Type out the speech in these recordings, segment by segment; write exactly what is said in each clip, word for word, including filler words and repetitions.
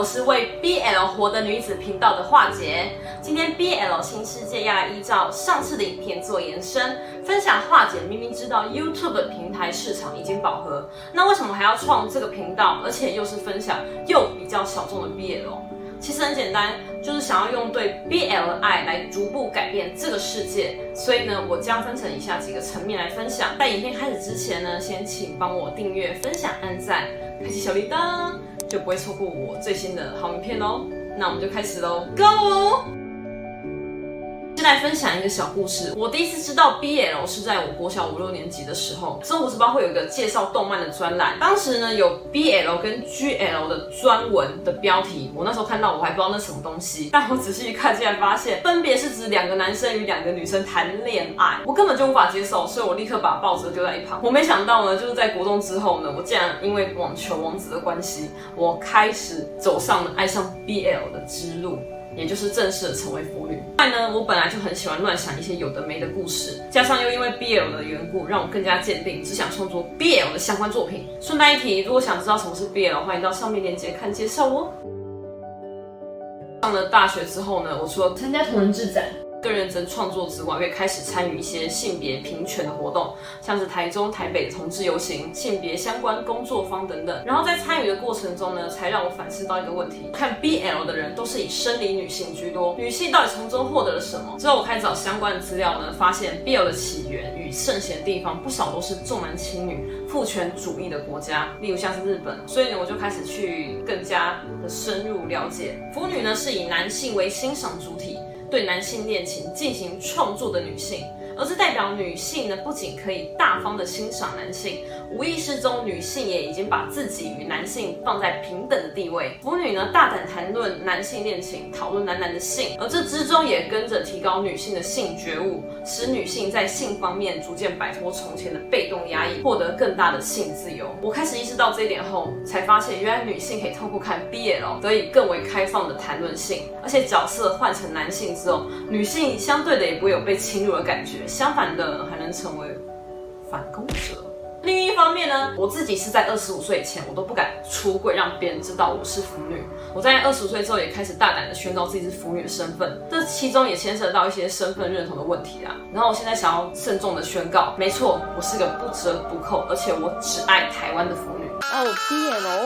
我是为 B L 活的女子频道的华姐。今天 B L 新世界要来依照上次的影片做延伸，分享华姐明明知道 YouTube 平台市场已经饱和，那为什么还要创这个频道，而且又是分享又比较小众的 B L？ 其实很简单，就是想要用对 B L 的爱来逐步改变这个世界。所以呢，我将分成以下几个层面来分享。在影片开始之前呢，先请帮我订阅、分享、按赞、开启小铃铛，就不会错过我最新的好影片哦。那我们就开始喽 ，Go！ 先来分享一个小故事。我第一次知道 B L 是在我国小五六年级的时候，中国时报会有一个介绍动漫的专栏，当时呢有 B L 跟 G L 的专文的标题，我那时候看到我还不知道那什么东西，但我仔细一看，竟然发现分别是指两个男生与两个女生谈恋爱，我根本就无法接受，所以我立刻把报纸丢在一旁。我没想到呢，就是在国中之后呢，我竟然因为网球王子的关系，我开始走上了爱上 B L 的之路。也就是正式的成为腐女。另外呢，我本来就很喜欢乱想一些有的没的故事，加上又因为 B L 的缘故，让我更加坚定只想创作 B L 的相关作品。顺带一提，如果想知道什么是 B L， 欢迎到上面链接看介绍哦。上了大学之后呢，我除了参加同人志展，更认真创作之外，也开始参与一些性别平权的活动，像是台中、台北的同志游行、性别相关工作坊等等。然后在参与的过程中呢，才让我反思到一个问题：看 B L 的人都是以生理女性居多，女性到底从中获得了什么？之后我开始找相关的资料呢，发现 B L 的起源与盛行的地方不少都是重男轻女、父权主义的国家，例如像是日本。所以呢，我就开始去更加的深入了解，腐女呢是以男性为欣赏主体，对男性恋情进行创作的女性，而这代表女性呢不仅可以大方的欣赏男性，无意识中女性也已经把自己与男性放在平等的地位。腐女呢大胆谈论男性恋情，讨论男男的性，而这之中也跟着提高女性的性觉悟，使女性在性方面逐渐摆脱从前的被动压抑，获得更大的性自由。我开始意识到这一点后，才发现原来女性可以透过看 B L 得以更为开放的谈论性，而且角色换成男性之后，女性相对的也不会有被侵入的感觉，相反的还能成为反攻者。另一方面呢，我自己是在二十五岁以前，我都不敢出柜让别人知道我是腐女。我在二十五岁之后也开始大胆的宣告自己是腐女的身份，这其中也牵涉到一些身份认同的问题啊。然后我现在想要慎重的宣告，没错，我是个不折不扣，而且我只爱台湾的腐女。 哦 ，B L。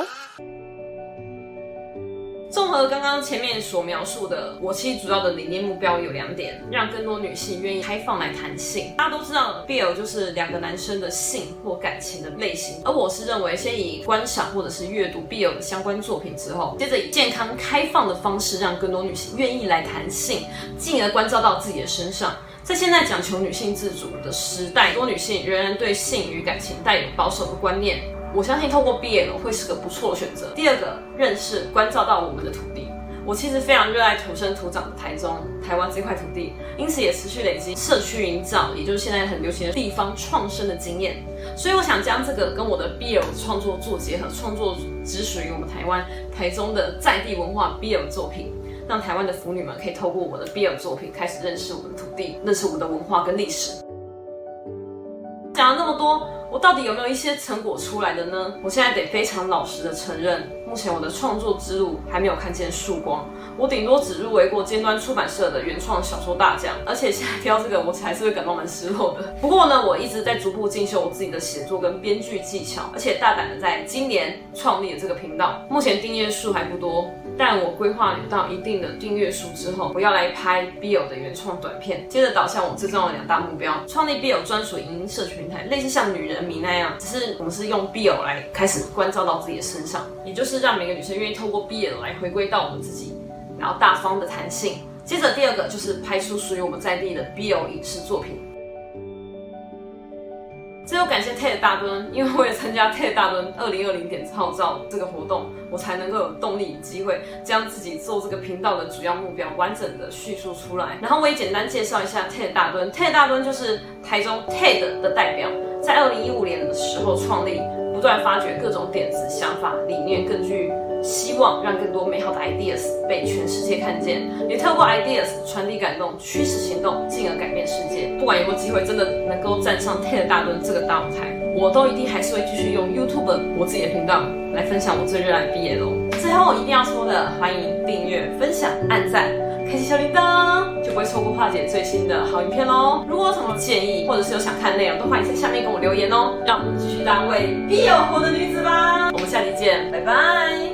综合刚刚前面所描述的，我其实主要的理念目标有两点：让更多女性愿意开放来谈性。大家都知道 B L 就是两个男生的性或感情的类型，而我是认为先以观赏或者是阅读 B L 的相关作品之后，接着以健康开放的方式让更多女性愿意来谈性，进而关照到自己的身上。在现在讲求女性自主的时代，很多女性仍然对性与感情带有保守的观念，我相信透过 B L 会是个不错的选择。第二个，认识关照到我们的土地。我其实非常热爱土生土长的台中、台湾这块土地，因此也持续累积社区营造，也就是现在很流行的地方创生的经验。所以我想将这个跟我的 B L 创作做结合，创作只属于我们台湾、台中的在地文化 B L 作品，让台湾的腐女们可以透过我的 B L 作品开始认识我们的土地，认识我们的文化跟历史。讲了那么多，我到底有没有一些成果出来的呢？我现在得非常老实的承认，目前我的创作之路还没有看见曙光，我顶多只入围过尖端出版社的原创小说大奖，而且现在挑这个我还是会感到蛮失落的。不过呢，我一直在逐步进修我自己的写作跟编剧技巧，而且大胆的在今年创立了这个频道。目前订阅数还不多，但我规划到一定的订阅数之后，我要来拍 B L 的原创短片，接着导向我最重要的两大目标：创立 B L 专属影音社群平台，类似像女人迷那样，只是我们是用 B L 来开始关照到自己的身上，也就是让每个女生愿意透过 B L 来回归到我们自己，然后大方的谈性。接着第二个就是拍出属于我们在地的 B L 影视作品。最后感谢 Ted 大墩，因为我也参加 Ted 大墩二零二零点号召这个活动，我才能够有动力与机会将自己做这个频道的主要目标完整的叙述出来。然后我也简单介绍一下 Ted 大墩 ，Ted 大墩就是台中 Ted 的代表，在二零一五年的时候创立，不断发掘各种点子、想法、理念，更具希望让更多美好的 ideas 被全世界看见，也透过 ideas 传递感动，驱使行动，进而改变世界。不管有没有机会真的能够站上 TED 大墩这个大舞台，我都一定还是会继续用 YouTube 我自己的频道来分享我最热爱的 B L。 最后一定要说的，欢迎订阅、分享、按赞、开启小铃铛，就不会错过樺姐最新的好影片喽。如果有什么建议，或者是有想看的内容，都欢迎在下面跟我留言哦。让我们继续当位必有活的女子吧。我们下期见，拜拜。